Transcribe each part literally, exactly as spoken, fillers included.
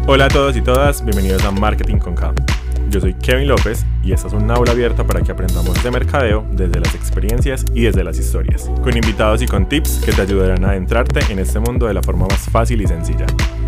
Hola a todos y todas, bienvenidos a Marketing con K. Yo soy Kevin López y esta es un aula abierta para que aprendamos de mercadeo desde las experiencias y desde las historias, con invitados y con tips que te ayudarán a adentrarte en este mundo de la forma más fácil y sencilla.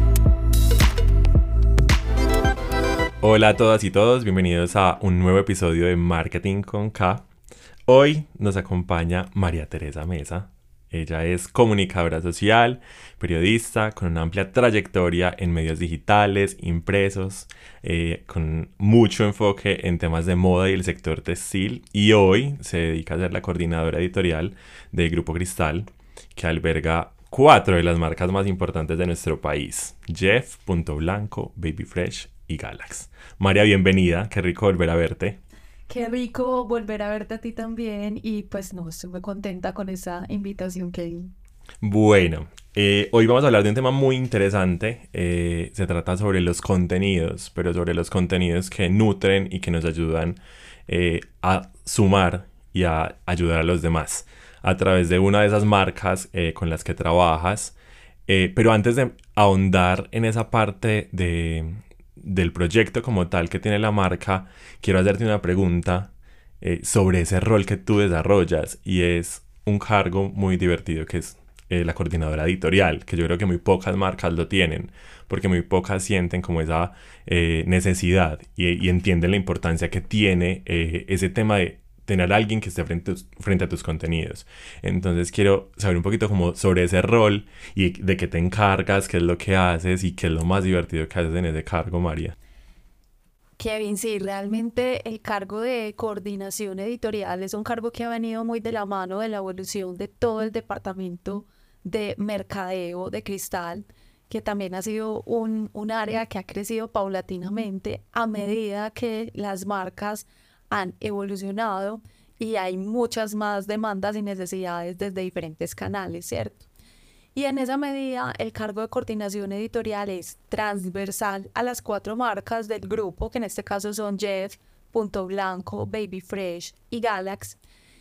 Hola a todas y todos, bienvenidos a un nuevo episodio de Marketing con K. Hoy nos acompaña María Teresa Mesa. Ella es comunicadora social, periodista, con una amplia trayectoria en medios digitales, impresos, eh, con mucho enfoque en temas de moda y el sector textil, y hoy se dedica a ser la coordinadora editorial de Grupo Cristal, que alberga cuatro de las marcas más importantes de nuestro país: Jeff, Punto Blanco, Baby Fresh y Galax. María, bienvenida, qué rico volver a verte. Qué rico volver a verte a ti también y pues no, estoy muy contenta con esa invitación, Kevin. Bueno, eh, hoy vamos a hablar de un tema muy interesante. Eh, se trata sobre los contenidos, pero sobre los contenidos que nutren y que nos ayudan eh, a sumar y a ayudar a los demás a través de una de esas marcas eh, con las que trabajas. Eh, pero antes de ahondar en esa parte de, del proyecto como tal que tiene la marca, quiero hacerte una pregunta eh, sobre ese rol que tú desarrollas, y es un cargo muy divertido que es eh, la coordinadora editorial, que yo creo que muy pocas marcas lo tienen, porque muy pocas sienten como esa eh, necesidad y, y entienden la importancia que tiene eh, ese tema de tener a alguien que esté frente, frente a tus contenidos. Entonces quiero saber un poquito como sobre ese rol y de qué te encargas, qué es lo que haces y qué es lo más divertido que haces en ese cargo, María. Kevin, sí, realmente el cargo de coordinación editorial es un cargo que ha venido muy de la mano de la evolución de todo el departamento de mercadeo de Cristal, que también ha sido un, un área que ha crecido paulatinamente a medida que las marcas han evolucionado y hay muchas más demandas y necesidades desde diferentes canales, ¿cierto? Y en esa medida, el cargo de coordinación editorial es transversal a las cuatro marcas del grupo, que en este caso son Jeff, Punto Blanco, Baby Fresh y Galax.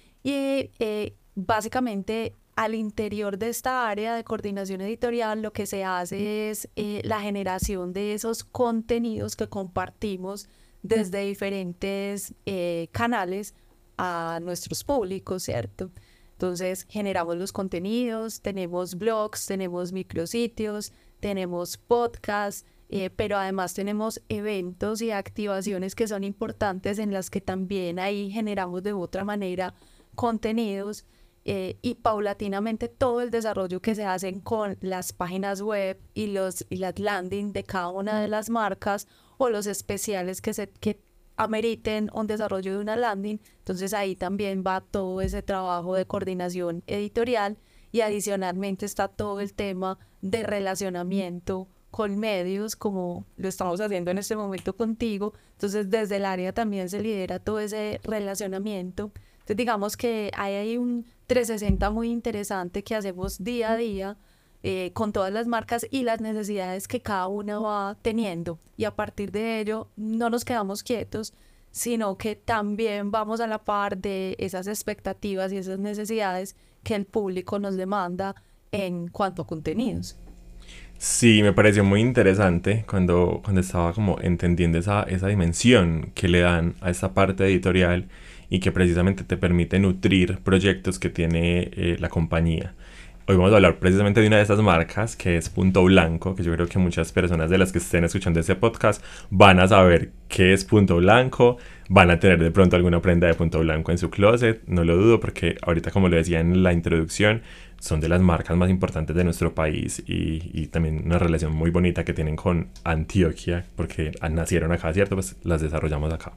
Y eh, básicamente al interior de esta área de coordinación editorial lo que se hace es eh, la generación de esos contenidos que compartimos desde diferentes eh, canales a nuestros públicos, ¿cierto? Entonces generamos los contenidos, tenemos blogs, tenemos micrositios, tenemos podcasts, eh, pero además tenemos eventos y activaciones que son importantes en las que también ahí generamos de otra manera contenidos eh, y paulatinamente todo el desarrollo que se hacen con las páginas web y, los, y las landing de cada una de las marcas o los especiales que, se, que ameriten un desarrollo de una landing. Entonces ahí también va todo ese trabajo de coordinación editorial y adicionalmente está todo el tema de relacionamiento con medios, como lo estamos haciendo en este momento contigo. Entonces desde el área también se lidera todo ese relacionamiento. Entonces digamos que hay ahí un trescientos sesenta muy interesante que hacemos día a día eh, con todas las marcas y las necesidades que cada una va teniendo. Y a partir de ello no nos quedamos quietos, sino que también vamos a la par de esas expectativas y esas necesidades que el público nos demanda en cuanto a contenidos. Sí, me pareció muy interesante cuando, cuando estaba como entendiendo esa, esa dimensión que le dan a esta parte editorial y que precisamente te permite nutrir proyectos que tiene eh, la compañía. Hoy vamos a hablar precisamente de una de estas marcas, que es Punto Blanco, que yo creo que muchas personas de las que estén escuchando este podcast van a saber qué es Punto Blanco, van a tener de pronto alguna prenda de Punto Blanco en su closet, no lo dudo, porque ahorita, como lo decía en la introducción, son de las marcas más importantes de nuestro país y, y también una relación muy bonita que tienen con Antioquia, porque nacieron acá, ¿cierto? Pues las desarrollamos acá.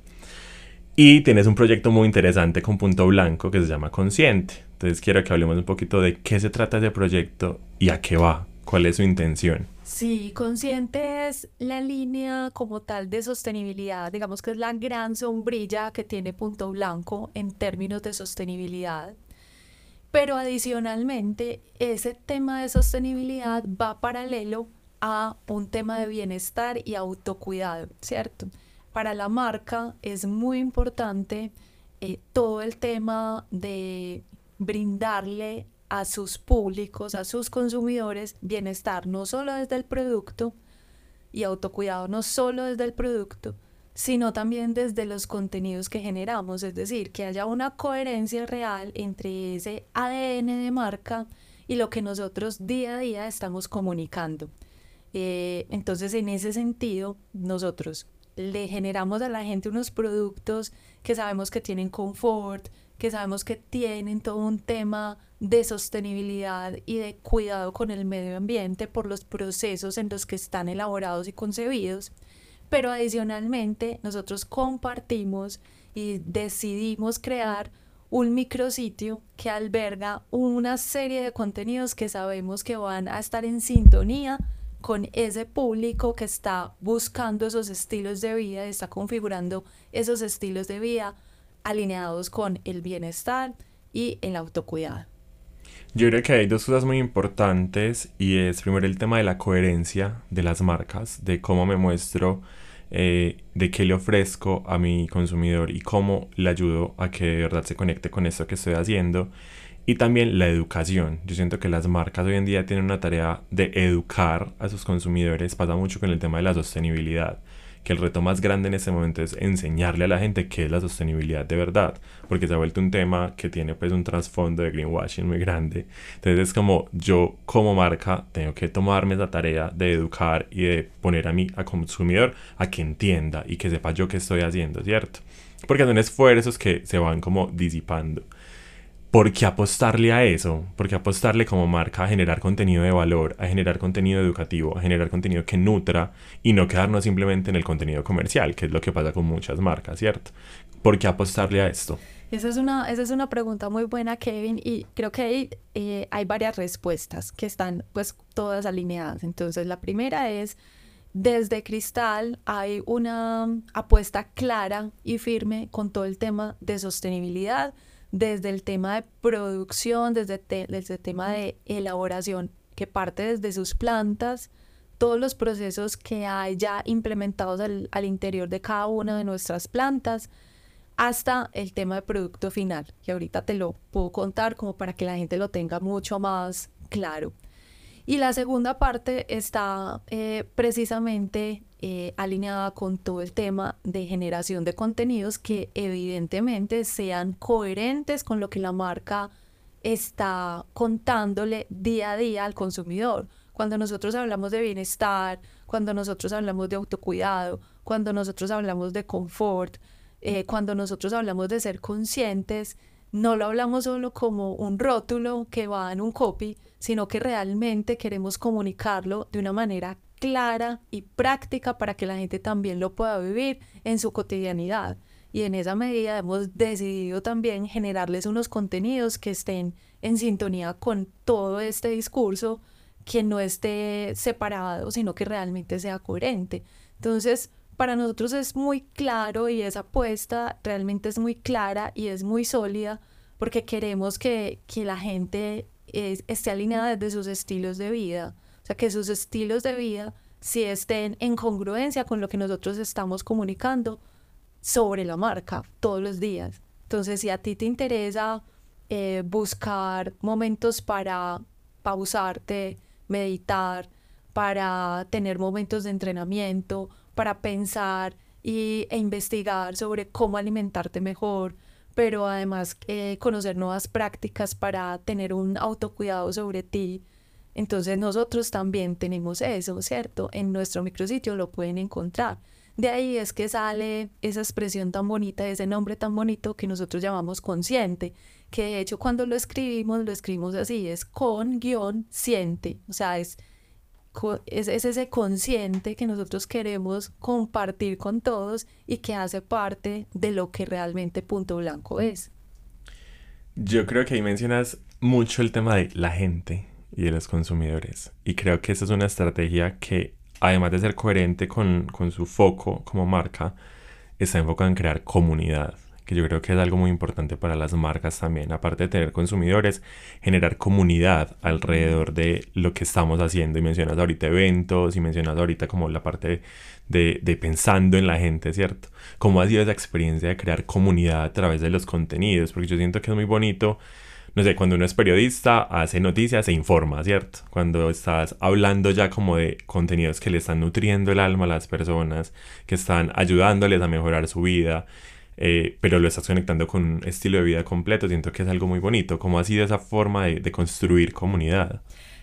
Y tienes un proyecto muy interesante con Punto Blanco que se llama Consciente. Entonces quiero que hablemos un poquito de qué se trata ese proyecto y a qué va, cuál es su intención. Sí, Consciente es la línea como tal de sostenibilidad, digamos que es la gran sombrilla que tiene Punto Blanco en términos de sostenibilidad. Pero adicionalmente, ese tema de sostenibilidad va paralelo a un tema de bienestar y autocuidado, ¿cierto? Para la marca es muy importante eh, todo el tema de brindarle a sus públicos, a sus consumidores, bienestar, no solo desde el producto, y autocuidado no solo desde el producto, sino también desde los contenidos que generamos, es decir, que haya una coherencia real entre ese A D N de marca y lo que nosotros día a día estamos comunicando. Eh, entonces, en ese sentido, nosotros le generamos a la gente unos productos que sabemos que tienen confort, que sabemos que tienen todo un tema de sostenibilidad y de cuidado con el medio ambiente por los procesos en los que están elaborados y concebidos, pero adicionalmente nosotros compartimos y decidimos crear un micrositio que alberga una serie de contenidos que sabemos que van a estar en sintonía con ese público que está buscando esos estilos de vida, está configurando esos estilos de vida alineados con el bienestar y el autocuidado. Yo creo que hay dos cosas muy importantes y es primero el tema de la coherencia de las marcas, de cómo me muestro, eh, de qué le ofrezco a mi consumidor y cómo le ayudo a que de verdad se conecte con esto que estoy haciendo. Y también la educación. Yo siento que las marcas hoy en día tienen una tarea de educar a sus consumidores. Pasa mucho con el tema de la sostenibilidad, que el reto más grande en este momento es enseñarle a la gente qué es la sostenibilidad de verdad, porque se ha vuelto un tema que tiene pues un trasfondo de greenwashing muy grande. Entonces es como yo como marca tengo que tomarme esa tarea de educar y de poner a mí, a consumidor, a que entienda y que sepa yo qué estoy haciendo, ¿cierto? Porque son esfuerzos que se van como disipando. ¿Por qué apostarle a eso? ¿Por qué apostarle como marca a generar contenido de valor, a generar contenido educativo, a generar contenido que nutra y no quedarnos simplemente en el contenido comercial, que es lo que pasa con muchas marcas, ¿cierto? ¿Por qué apostarle a esto? Esa es una, esa es una pregunta muy buena, Kevin, y creo que hay, eh, hay varias respuestas que están pues todas alineadas. Entonces, la primera es, desde Cristal hay una apuesta clara y firme con todo el tema de sostenibilidad, desde el tema de producción, desde, te, desde el tema de elaboración, que parte desde sus plantas, todos los procesos que hay ya implementados al, al interior de cada una de nuestras plantas, hasta el tema de producto final, que ahorita te lo puedo contar como para que la gente lo tenga mucho más claro. Y la segunda parte está eh, precisamente eh, alineada con todo el tema de generación de contenidos que evidentemente sean coherentes con lo que la marca está contándole día a día al consumidor. Cuando nosotros hablamos de bienestar, cuando nosotros hablamos de autocuidado, cuando nosotros hablamos de confort, eh, cuando nosotros hablamos de ser conscientes, no lo hablamos solo como un rótulo que va en un copy, sino que realmente queremos comunicarlo de una manera clara y práctica para que la gente también lo pueda vivir en su cotidianidad. Y en esa medida hemos decidido también generarles unos contenidos que estén en sintonía con todo este discurso, que no esté separado, sino que realmente sea coherente. Entonces, para nosotros es muy claro y esa apuesta realmente es muy clara y es muy sólida porque queremos que, que la gente es, esté alineada desde sus estilos de vida. O sea, que sus estilos de vida sí estén en congruencia con lo que nosotros estamos comunicando sobre la marca todos los días. Entonces, si a ti te interesa eh, buscar momentos para pausarte, meditar, para tener momentos de entrenamiento, para pensar y, e investigar sobre cómo alimentarte mejor, pero además eh, conocer nuevas prácticas para tener un autocuidado sobre ti. Entonces nosotros también tenemos eso, ¿cierto? En nuestro micrositio lo pueden encontrar. De ahí es que sale esa expresión tan bonita, ese nombre tan bonito que nosotros llamamos consciente, que de hecho cuando lo escribimos, lo escribimos así, es con guión siente, o sea, es Es, es ese consciente que nosotros queremos compartir con todos y que hace parte de lo que realmente Punto Blanco es. Yo creo que ahí mencionas mucho el tema de la gente y de los consumidores. Y creo que esa es una estrategia que, además de ser coherente con, con su foco como marca, está enfocada en crear comunidad, que yo creo que es algo muy importante para las marcas también. Aparte de tener consumidores, generar comunidad alrededor de lo que estamos haciendo. Y mencionas ahorita eventos, y mencionas ahorita como la parte de, de pensando en la gente, ¿cierto? ¿Cómo ha sido esa experiencia de crear comunidad a través de los contenidos? Porque yo siento que es muy bonito no sé, cuando uno es periodista, hace noticias e informa, ¿cierto? Cuando estás hablando ya como de contenidos que le están nutriendo el alma a las personas, que están ayudándoles a mejorar su vida, eh, pero lo estás conectando con un estilo de vida completo, siento que es algo muy bonito. ¿Cómo ha sido esa forma de, de construir comunidad?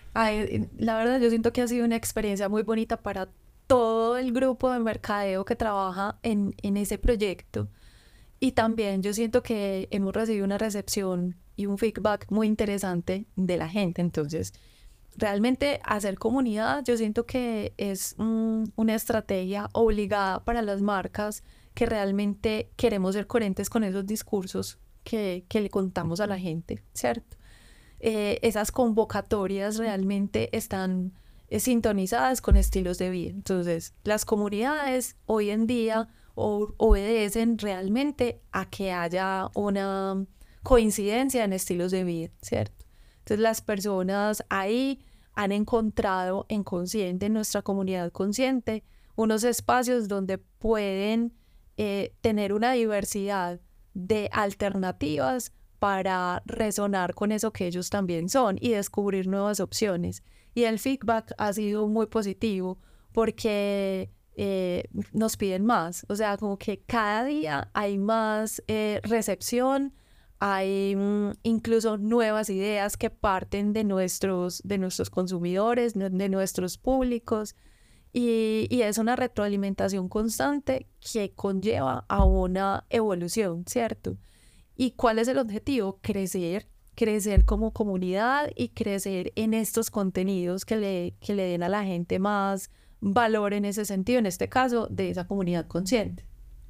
Ay, la verdad, yo siento que ha sido una experiencia muy bonita para todo el grupo de mercadeo que trabaja en, en ese proyecto. Y también yo siento que hemos recibido una recepción y un feedback muy interesante de la gente. Entonces, realmente hacer comunidad, yo siento que es mm, una estrategia obligada para las marcas que realmente queremos ser coherentes con esos discursos que, que le contamos a la gente, ¿cierto? Eh, esas convocatorias realmente están eh, sintonizadas con estilos de vida. Entonces, las comunidades hoy en día o- obedecen realmente a que haya una coincidencia en estilos de vida, ¿cierto? Entonces, las personas ahí han encontrado en Consciente, en nuestra comunidad Consciente, unos espacios donde pueden eh, tener una diversidad de alternativas para resonar con eso que ellos también son y descubrir nuevas opciones. Y el feedback ha sido muy positivo porque eh, nos piden más. O sea, como que cada día hay más eh, recepción, hay mm, incluso nuevas ideas que parten de nuestros, de nuestros consumidores, de de nuestros públicos. Y, y es una retroalimentación constante que conlleva a una evolución, ¿cierto? ¿Y cuál es el objetivo? Crecer, crecer como comunidad y crecer en estos contenidos que le, que le den a la gente más valor en ese sentido, en este caso, de esa comunidad consciente.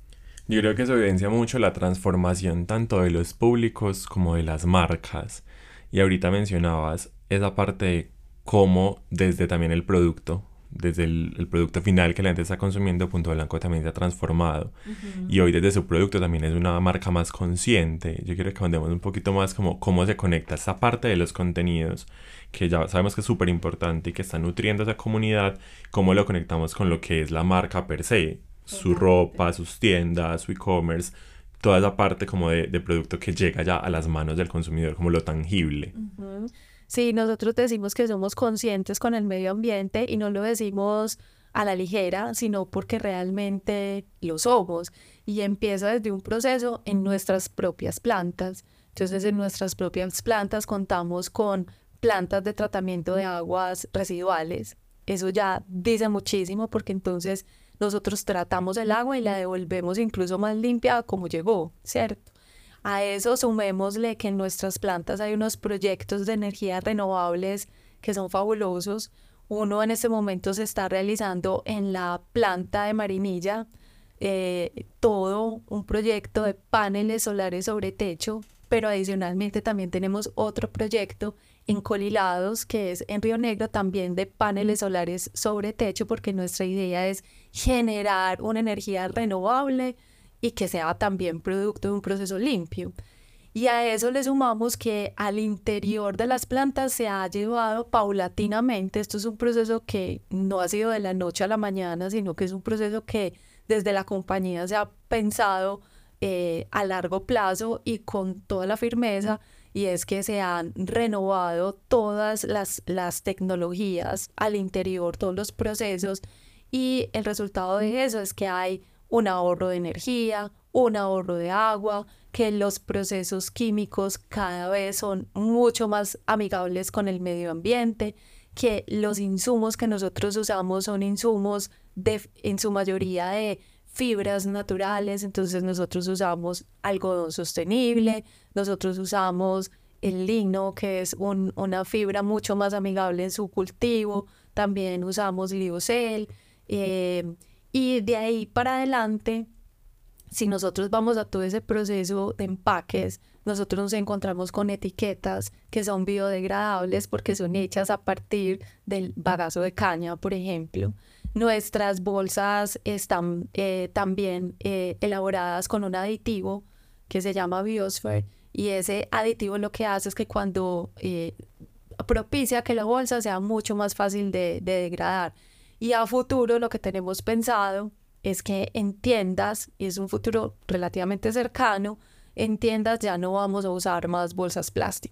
Yo creo que eso evidencia mucho la transformación tanto de los públicos como de las marcas. Y ahorita mencionabas esa parte de cómo desde también el producto, desde el, el producto final que la gente está consumiendo, Punto Blanco también se ha transformado. Ujú. Y hoy desde su producto también es una marca más consciente. Yo quiero que andemos un poquito más como cómo se conecta esta parte de los contenidos, que ya sabemos que es súper importante y que está nutriendo esa comunidad, cómo lo conectamos con lo que es la marca per se, su Totalmente. ropa, sus tiendas, su e-commerce, toda esa parte como de, de producto que llega ya a las manos del consumidor, como lo tangible. Ujú. Sí, nosotros decimos que somos conscientes con el medio ambiente y no lo decimos a la ligera, sino porque realmente lo somos. Y empieza desde un proceso en nuestras propias plantas. Entonces, en nuestras propias plantas contamos con plantas de tratamiento de aguas residuales. Eso ya dice muchísimo porque entonces nosotros tratamos el agua y la devolvemos incluso más limpia a como llegó, ¿cierto? A eso sumémosle que en nuestras plantas hay unos proyectos de energías renovables que son fabulosos. Uno en este momento se está realizando en la planta de Marinilla, eh, todo un proyecto de paneles solares sobre techo, pero adicionalmente también tenemos otro proyecto en Colilados, que es en Río Negro, también de paneles solares sobre techo, porque nuestra idea es generar una energía renovable y que sea también producto de un proceso limpio. Y a eso le sumamos que al interior de las plantas se ha llevado paulatinamente, esto es un proceso que no ha sido de la noche a la mañana, sino que es un proceso que desde la compañía se ha pensado eh, a largo plazo y con toda la firmeza, y es que se han renovado todas las, las tecnologías al interior, todos los procesos, y el resultado de eso es que hay un ahorro de energía, un ahorro de agua, que los procesos químicos cada vez son mucho más amigables con el medio ambiente, que los insumos que nosotros usamos son insumos de, en su mayoría de fibras naturales, entonces nosotros usamos algodón sostenible, nosotros usamos el lino, que es un, una fibra mucho más amigable en su cultivo, también usamos liocel, eh, y de ahí para adelante, si nosotros vamos a todo ese proceso de empaques, nosotros nos encontramos con etiquetas que son biodegradables porque son hechas a partir del bagazo de caña, por ejemplo. Nuestras bolsas están eh, también eh, elaboradas con un aditivo que se llama Biosphere, y ese aditivo lo que hace es que cuando eh, propicia que la bolsa sea mucho más fácil de, de degradar. Y a futuro lo que tenemos pensado es que en tiendas, y es un futuro relativamente cercano, en tiendas ya no vamos a usar más bolsas plásticas.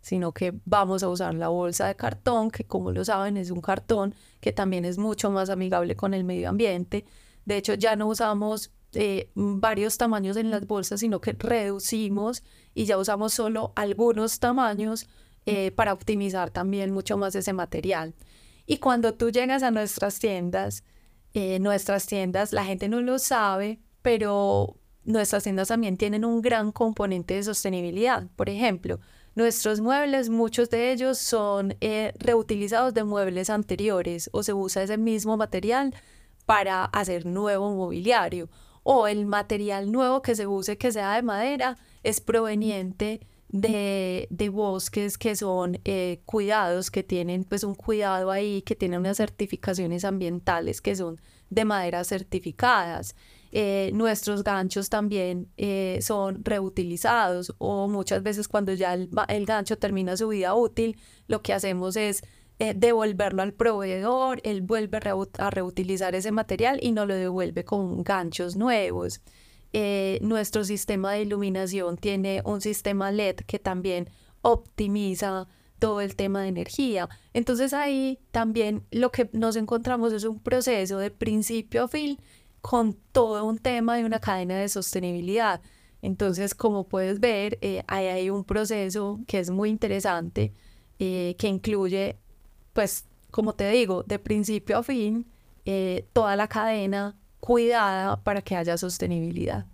sino que vamos a usar la bolsa de cartón, que como lo saben es un cartón que también es mucho más amigable con el medio ambiente. De hecho, ya no usamos eh, varios tamaños en las bolsas, sino que reducimos y ya usamos solo algunos tamaños eh, para optimizar también mucho más ese material. Y cuando tú llegas a nuestras tiendas, eh, nuestras tiendas, la gente no lo sabe, pero nuestras tiendas también tienen un gran componente de sostenibilidad. Por ejemplo, nuestros muebles, muchos de ellos son eh, reutilizados de muebles anteriores o se usa ese mismo material para hacer nuevo mobiliario. O el material nuevo que se use, que sea de madera, es proveniente de, de bosques que son eh, cuidados, que tienen pues un cuidado ahí, que tienen unas certificaciones ambientales que son de maderas certificadas. Eh, nuestros ganchos también eh, son reutilizados, o muchas veces cuando ya el, el gancho termina su vida útil, lo que hacemos es eh, devolverlo al proveedor, él vuelve a, reu a reutilizar ese material y nos lo devuelve con ganchos nuevos. Eh, nuestro sistema de iluminación tiene un sistema L E D que también optimiza todo el tema de energía. Entonces ahí también lo que nos encontramos es un proceso de principio a fin con todo un tema de una cadena de sostenibilidad. Entonces, como puedes ver, eh, ahí hay un proceso que es muy interesante, eh, que incluye, pues, como te digo, de principio a fin, eh, toda la cadena cuidada para que haya sostenibilidad.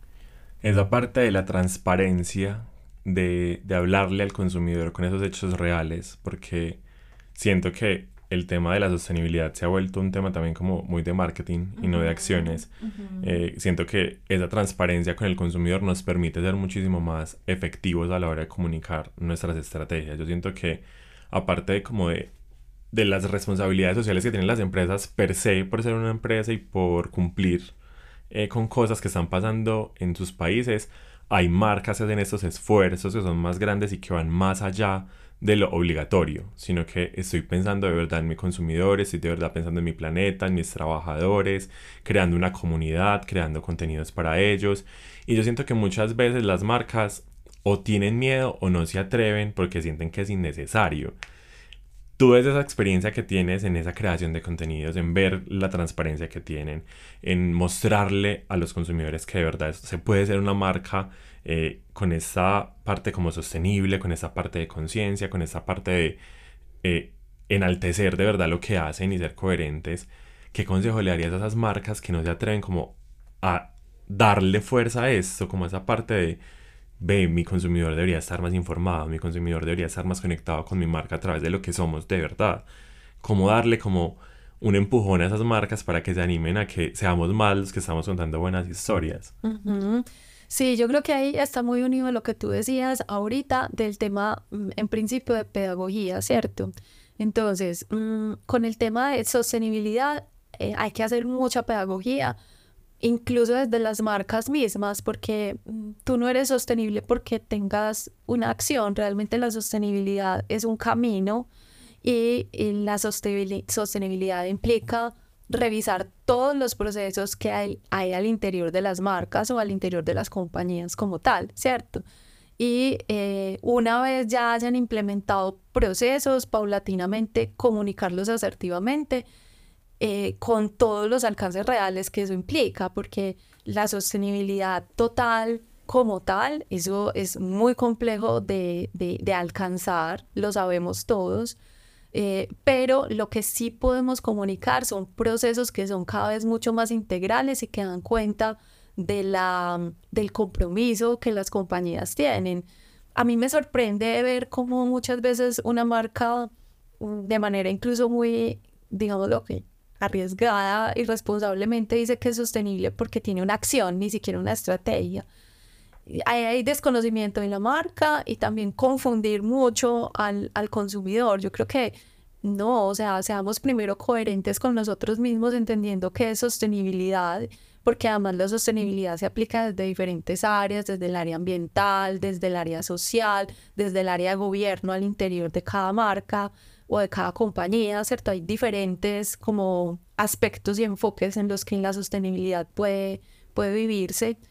Esa parte de la transparencia, de, de hablarle al consumidor con esos hechos reales, porque siento que el tema de la sostenibilidad se ha vuelto un tema también como muy de marketing y no de acciones. Uh-huh. Eh, siento que esa transparencia con el consumidor nos permite ser muchísimo más efectivos a la hora de comunicar nuestras estrategias. Yo siento que aparte de como de, de las responsabilidades sociales que tienen las empresas per se por ser una empresa y por cumplir eh, con cosas que están pasando en sus países, hay marcas que hacen estos esfuerzos que son más grandes y que van más allá de lo obligatorio, sino que estoy pensando de verdad en mis consumidores, estoy de verdad pensando en mi planeta, en mis trabajadores, creando una comunidad, creando contenidos para ellos. Y yo siento que muchas veces las marcas o tienen miedo o no se atreven porque sienten que es innecesario. Tú ves esa experiencia que tienes en esa creación de contenidos, en ver la transparencia que tienen, en mostrarle a los consumidores que de verdad se puede ser una marca eh, con esa parte como sostenible, con esa parte de conciencia, con esa parte de eh, enaltecer de verdad lo que hacen y ser coherentes. ¿Qué consejo le darías a esas marcas que no se atreven como a darle fuerza a esto, como a esa parte de ve, mi consumidor debería estar más informado, mi consumidor debería estar más conectado con mi marca a través de lo que somos de verdad? Cómo darle como un empujón a esas marcas para que se animen a que seamos más los que estamos contando buenas historias. Uh-huh. Sí, yo creo que ahí está muy unido a lo que tú decías ahorita del tema, en principio, de pedagogía, ¿cierto? Entonces, mmm, con el tema de sostenibilidad eh, hay que hacer mucha pedagogía, incluso desde las marcas mismas, porque mm, tú no eres sostenible porque tengas una acción. Realmente la sostenibilidad es un camino y, y la sostenibilidad, sostenibilidad implica revisar todos los procesos que hay, hay al interior de las marcas o al interior de las compañías como tal, ¿cierto? Y eh, una vez ya hayan implementado procesos, paulatinamente comunicarlos asertivamente, eh, con todos los alcances reales que eso implica, porque la sostenibilidad total como tal, eso es muy complejo de, de, de alcanzar, lo sabemos todos. Eh, pero lo que sí podemos comunicar son procesos que son cada vez mucho más integrales y que dan cuenta de la, del compromiso que las compañías tienen. A mí me sorprende ver cómo muchas veces una marca, de manera incluso muy, digámoslo que arriesgada, irresponsablemente dice que es sostenible porque tiene una acción, ni siquiera una estrategia. Hay, hay desconocimiento en la marca y también confundir mucho al, al consumidor. Yo creo que no, o sea, seamos primero coherentes con nosotros mismos, entendiendo qué es sostenibilidad, porque además la sostenibilidad se aplica desde diferentes áreas, desde el área ambiental, desde el área social, desde el área de gobierno al interior de cada marca o de cada compañía, ¿cierto? Hay diferentes como aspectos y enfoques en los que la sostenibilidad puede, puede vivirse.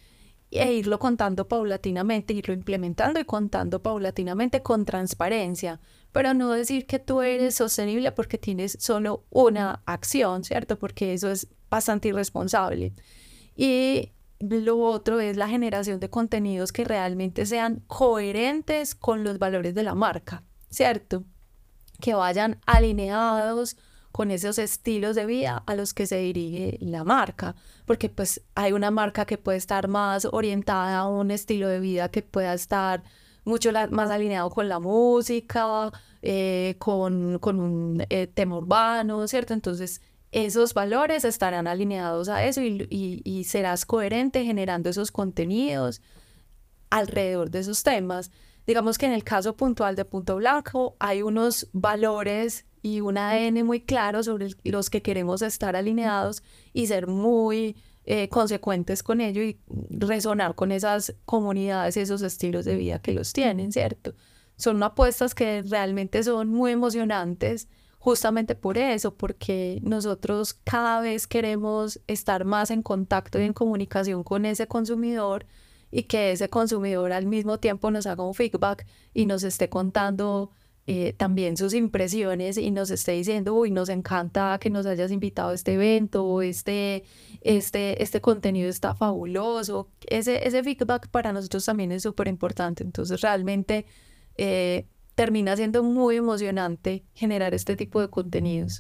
e irlo contando paulatinamente, irlo implementando y contando paulatinamente con transparencia, pero no decir que tú eres sostenible porque tienes solo una acción, ¿cierto? Porque eso es bastante irresponsable. Y lo otro es la generación de contenidos que realmente sean coherentes con los valores de la marca, ¿cierto? Que vayan alineados con esos estilos de vida a los que se dirige la marca, porque pues hay una marca que puede estar más orientada a un estilo de vida que pueda estar mucho la, más alineado con la música, eh, con, con un eh, tema urbano, ¿cierto? Entonces esos valores estarán alineados a eso y, y, y serás coherente generando esos contenidos alrededor de esos temas. Digamos que en el caso puntual de Punto Blanco hay unos valores y un A D N muy claro sobre los que queremos estar alineados y ser muy eh, consecuentes con ello y resonar con esas comunidades y esos estilos de vida que los tienen, ¿cierto? Son apuestas que realmente son muy emocionantes justamente por eso, porque nosotros cada vez queremos estar más en contacto y en comunicación con ese consumidor y que ese consumidor al mismo tiempo nos haga un feedback y nos esté contando Eh, también sus impresiones y nos esté diciendo, uy, nos encanta que nos hayas invitado a este evento, o este, este, este contenido está fabuloso. Ese, ese feedback para nosotros también es súper importante. Entonces realmente eh, termina siendo muy emocionante generar este tipo de contenidos.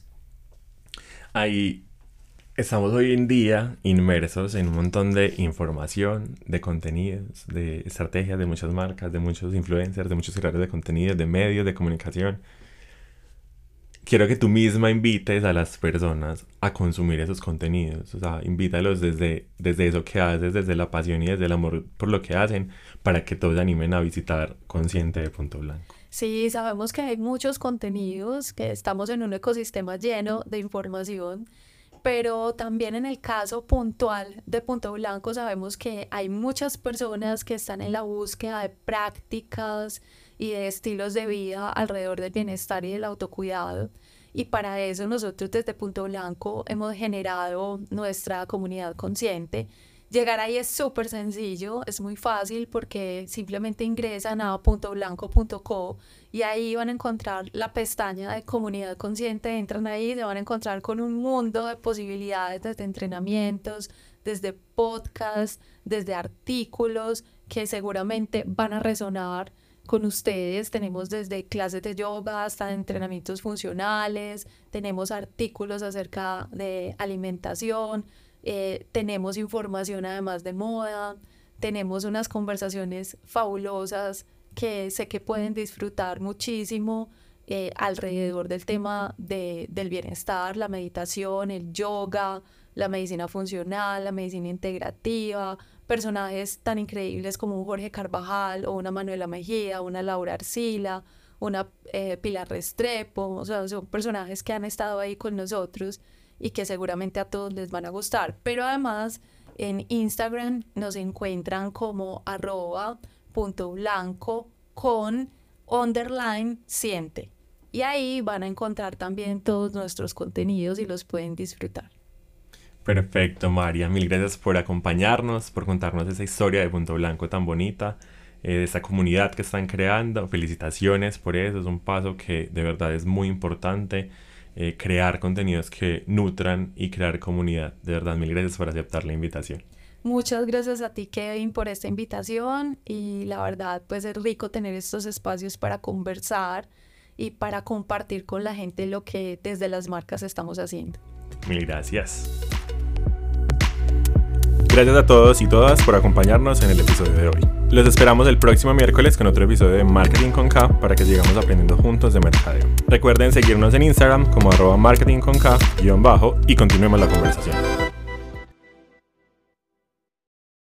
Ahí estamos hoy en día inmersos en un montón de información, de contenidos, de estrategias de muchas marcas, de muchos influencers, de muchos creadores de contenidos, de medios de comunicación. Quiero que tú misma invites a las personas a consumir esos contenidos. O sea, invítalos desde, desde eso que haces, desde la pasión y desde el amor por lo que hacen, para que todos se animen a visitar Consciente de Punto Blanco. Sí, sabemos que hay muchos contenidos, que estamos en un ecosistema lleno de información, pero también en el caso puntual de Punto Blanco sabemos que hay muchas personas que están en la búsqueda de prácticas y de estilos de vida alrededor del bienestar y del autocuidado, y para eso nosotros desde Punto Blanco hemos generado nuestra comunidad consciente. Llegar ahí es súper sencillo, es muy fácil porque simplemente ingresan a punto blanco punto co y ahí van a encontrar la pestaña de comunidad consciente, entran ahí y se van a encontrar con un mundo de posibilidades desde entrenamientos, desde podcasts, desde artículos que seguramente van a resonar con ustedes. Tenemos desde clases de yoga hasta entrenamientos funcionales, tenemos artículos acerca de alimentación. Eh, tenemos información además de moda, tenemos unas conversaciones fabulosas que sé que pueden disfrutar muchísimo eh, alrededor del tema de, del bienestar, la meditación, el yoga, la medicina funcional, la medicina integrativa, personajes tan increíbles como un Jorge Carvajal o una Manuela Mejía, una Laura Arcila, una eh, Pilar Restrepo. O sea, son personajes que han estado ahí con nosotros y que seguramente a todos les van a gustar. Pero además en Instagram nos encuentran como arroba punto blanco con underline siente. Y ahí van a encontrar también todos nuestros contenidos y los pueden disfrutar. Perfecto, María. Mil gracias por acompañarnos, por contarnos esa historia de Punto Blanco tan bonita, eh, de esta comunidad que están creando. Felicitaciones por eso. Es un paso que de verdad es muy importante. Eh, crear contenidos que nutran y crear comunidad. De verdad, mil gracias por aceptar la invitación. Muchas gracias a ti, Kevin, por esta invitación, y la verdad pues es rico tener estos espacios para conversar y para compartir con la gente lo que desde las marcas estamos haciendo. Mil gracias. Gracias a todos y todas por acompañarnos en el episodio de hoy. Los esperamos el próximo miércoles con otro episodio de Marketing con K para que sigamos aprendiendo juntos de mercadeo. Recuerden seguirnos en Instagram como arroba marketing con K guión bajo y continuemos la conversación.